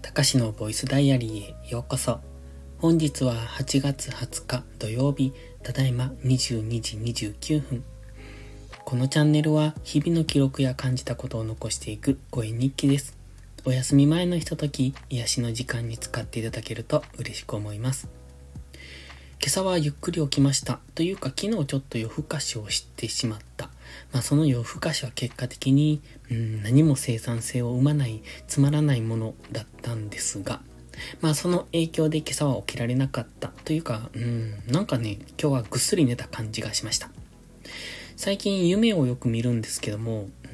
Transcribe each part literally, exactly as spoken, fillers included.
たかしのボイスダイアリーへようこそ。本日ははちがつはつか土曜日、ただいまにじゅうにじにじゅうきゅうふん。このチャンネルは日々の記録や感じたことを残していく声日記です。お休み前のひととき、癒しの時間に使っていただけると嬉しく思います。今朝はゆっくり起きました。というか昨日ちょっと夜更かしをしてしまった。まあその夜更かしは結果的に、うん、何も生産性を生まない、つまらないものだったんですが、まあその影響で今朝は起きられなかったというか、うん、なんかね、今日はぐっすり寝た感じがしました。最近夢をよく見るんですけども、うん、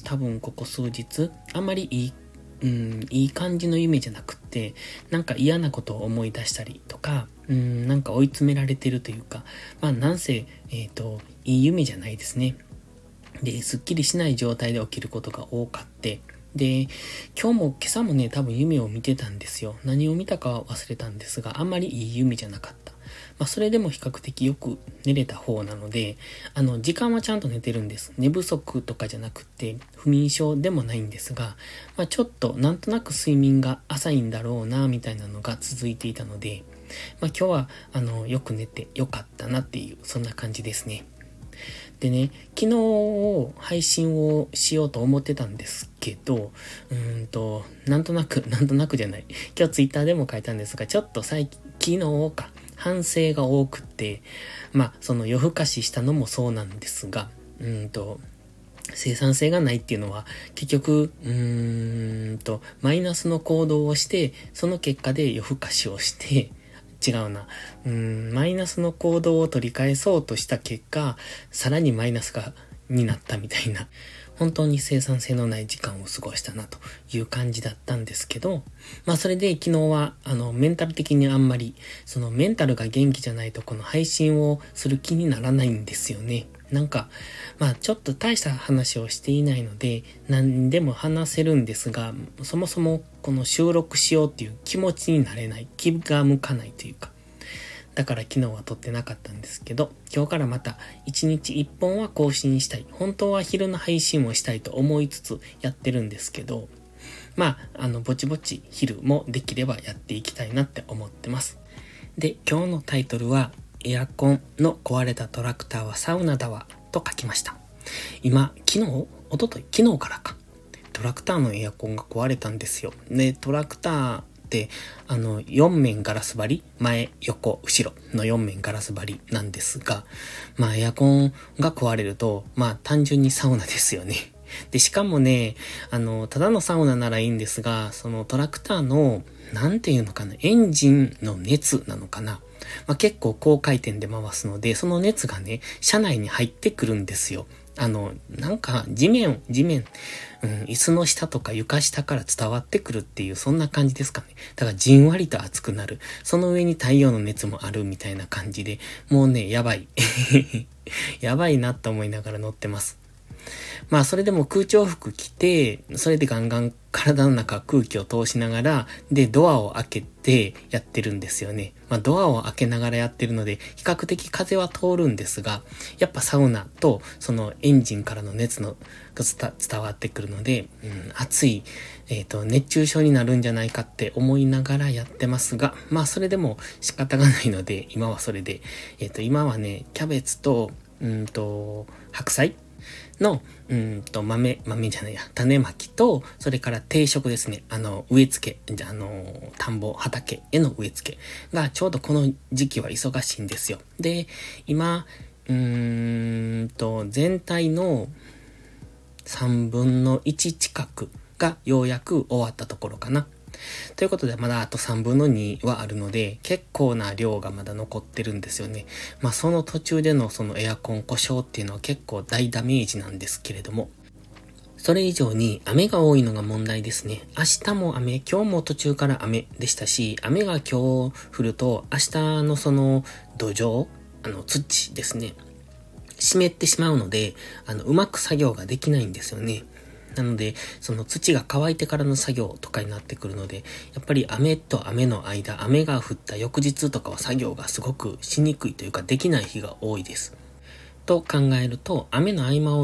多分ここ数日、あんまりいいうん、いい感じの夢じゃなくって、なんか嫌なことを思い出したりとか、うん、なんか追い詰められてるというか、まあなんせ、えっと、いい夢じゃないですね。で、すっきりしない状態で起きることが多かって、で、今日も今朝もね、多分夢を見てたんですよ。何を見たかは忘れたんですが、あんまりいい夢じゃなかった。まあそれでも比較的よく寝れた方なので、あの、時間はちゃんと寝てるんです。寝不足とかじゃなくて、不眠症でもないんですが、まあちょっとなんとなく睡眠が浅いんだろうな、みたいなのが続いていたので、まあ今日は、あの、よく寝てよかったなっていう、そんな感じですね。でね、昨日配信をしようと思ってたんですけど、うーんと、なんとなく、なんとなくじゃない。今日ツイッターでも書いたんですが、ちょっと最近、昨日か、反省が多くて、まあ、その夜更かししたのもそうなんですが、うーんと、生産性がないっていうのは、結局、うーんと、マイナスの行動をして、その結果で夜更かしをして、違うな。うーん、マイナスの行動を取り返そうとした結果、さらにマイナスが、になったみたいな、本当に生産性のない時間を過ごしたなという感じだったんですけど、まあそれで昨日は、あの、メンタル的にあんまり、そのメンタルが元気じゃないとこの配信をする気にならないんですよね。なんか、まあちょっと大した話をしていないので、何でも話せるんですが、そもそもこの収録しようっていう気持ちになれない、気が向かないというか、だから昨日は撮ってなかったんですけど、今日からまた一日一本は更新したい。本当は昼の配信もしたいと思いつつやってるんですけど、まあ、あの、ぼちぼち昼もできればやっていきたいなって思ってます。で、今日のタイトルは、エアコンの壊れたトラクターはサウナだわと書きました。今、昨日、おととい、昨日からか。トラクターのエアコンが壊れたんですよ。で、トラクターって、あの、よんめんガラス張り、前、横、後ろのよんめんガラス張りなんですが、まあエアコンが壊れると、まあ単純にサウナですよね。で、しかもね、あの、ただのサウナならいいんですが、そのトラクターの、なんていうのかな、エンジンの熱なのかな。まあ、結構高回転で回すので、その熱がね、車内に入ってくるんですよ。あの、なんか、地面、地面、うん、椅子の下とか床下から伝わってくるっていう、そんな感じですかね。だから、じんわりと熱くなる。その上に太陽の熱もあるみたいな感じで、もうね、やばい。やばいなと思いながら乗ってます。まあそれでも空調服着て、それでガンガン体の中空気を通しながら、でドアを開けてやってるんですよね。まあドアを開けながらやってるので、比較的風は通るんですが、やっぱサウナとそのエンジンからの熱のが伝わってくるので、うん、暑い、えっと、熱中症になるんじゃないかって思いながらやってますが、まあそれでも仕方がないので、今はそれで、えっと今はね、キャベツと、うんと、白菜の、うんと、豆、豆じゃないや、種まきと、それから定食ですね。あの、植え付け、あの、田んぼ、畑への植え付けが、ちょうどこの時期は忙しいんですよ。で、今、うーんと、全体のさんぶんのいち近くがようやく終わったところかな。ということで、まだあとさんぶんのにはあるので、結構な量がまだ残ってるんですよね。まあその途中でのそのエアコン故障っていうのは結構大ダメージなんですけれども、それ以上に雨が多いのが問題ですね。明日も雨、今日も途中から雨でしたし、雨が今日降ると明日のその土壌、あの土ですね、湿ってしまうので、あのうまく作業ができないんですよね。なので、その土が乾いてからの作業とかになってくるので、やっぱり雨と雨の間、雨が降った翌日とかは作業がすごくしにくいというかできない日が多いです。と考えると、雨の合間を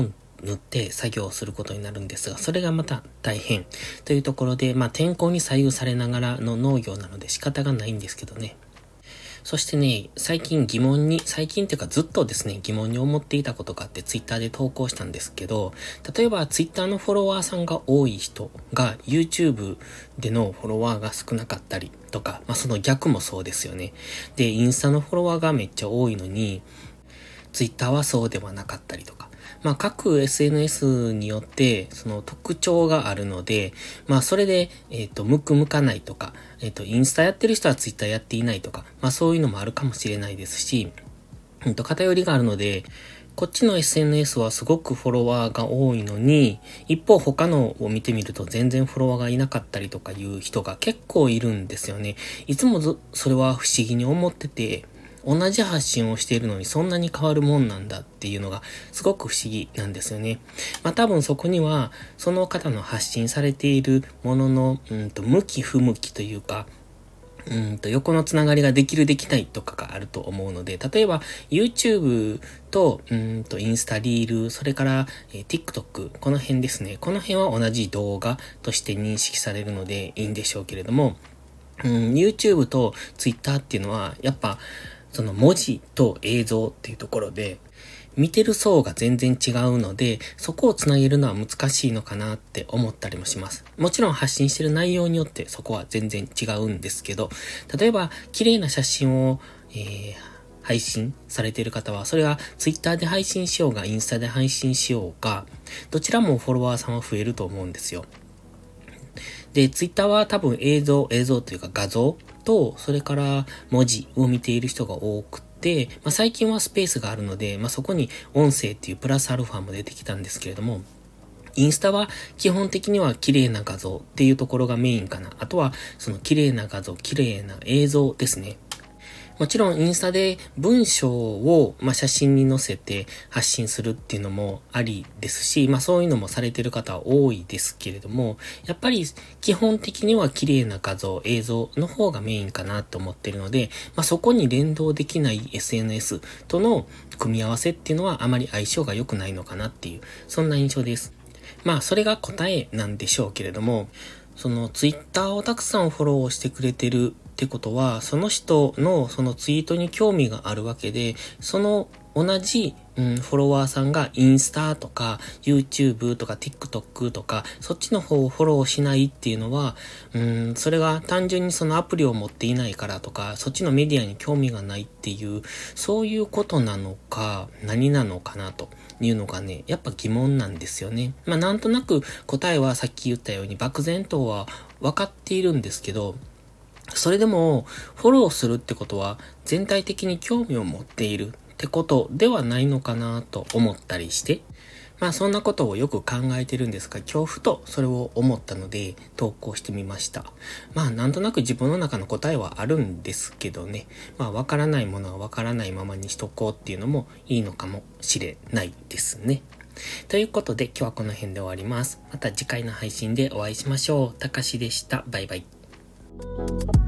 塗って作業をすることになるんですが、それがまた大変というところで、まあ天候に左右されながらの農業なので仕方がないんですけどね。そしてね、最近疑問に、最近っていうかずっとですね、疑問に思っていたことがあってツイッターで投稿したんですけど、例えばツイッターのフォロワーさんが多い人が YouTube でのフォロワーが少なかったりとか、まあその逆もそうですよね。で、インスタのフォロワーがめっちゃ多いのに、ツイッターはそうではなかったりとか。まあ各 エスエヌエス によってその特徴があるので、まあそれで、えっと、向く向かないとか、えっと、インスタやってる人はツイッターやっていないとか、まあそういうのもあるかもしれないですし、うんと、偏りがあるので、こっちの エスエヌエス はすごくフォロワーが多いのに、一方他のを見てみると全然フォロワーがいなかったりとかいう人が結構いるんですよね。いつもそれは不思議に思ってて、同じ発信をしているのにそんなに変わるもんなんだっていうのがすごく不思議なんですよね。まあ多分そこにはその方の発信されているもののうんと向き不向きというか、うんと横のつながりができるできないとかがあると思うので、例えば YouTube とうんとインスタリール、それから、えー、TikTok、この辺ですね。この辺は同じ動画として認識されるのでいいんでしょうけれども、うん、YouTube と Twitter っていうのはやっぱその文字と映像っていうところで、見てる層が全然違うので、そこをつなげるのは難しいのかなって思ったりもします。もちろん発信してる内容によってそこは全然違うんですけど、例えば綺麗な写真を、えー、配信されている方は、それは Twitter で配信しようが、インスタで配信しようが、どちらもフォロワーさんは増えると思うんですよ。で、ツイッターは多分映像、映像というか画像と、それから文字を見ている人が多くて、まあ、最近はスペースがあるので、まあ、そこに音声っていうプラスアルファも出てきたんですけれども、インスタは基本的には綺麗な画像っていうところがメインかな。あとはその綺麗な画像、綺麗な映像ですね。もちろんインスタで文章を、まあ、写真に載せて発信するっていうのもありですし、まあそういうのもされてる方は多いですけれども、やっぱり基本的には綺麗な画像、映像の方がメインかなと思ってるので、まあそこに連動できない エスエヌエス との組み合わせっていうのはあまり相性が良くないのかなっていう、そんな印象です。まあそれが答えなんでしょうけれども、そのツイッターをたくさんフォローしてくれてるってことは、その人のそのツイートに興味があるわけで、その同じ、うん、フォロワーさんがインスタとか YouTube とか TikTok とかそっちの方をフォローしないっていうのは、うん、それが単純にそのアプリを持っていないからとか、そっちのメディアに興味がないっていう、そういうことなのか何なのかなというのがね、やっぱ疑問なんですよね。まあなんとなく答えはさっき言ったように漠然とは分かっているんですけど、それでもフォローするってことは全体的に興味を持っているってことではないのかなと思ったりして、まあそんなことをよく考えてるんですが、恐怖とそれを思ったので投稿してみました。まあなんとなく自分の中の答えはあるんですけどね、まあわからないものはわからないままにしとこうっていうのもいいのかもしれないですね。ということで今日はこの辺で終わります。また次回の配信でお会いしましょう。たかしでした。バイバイ。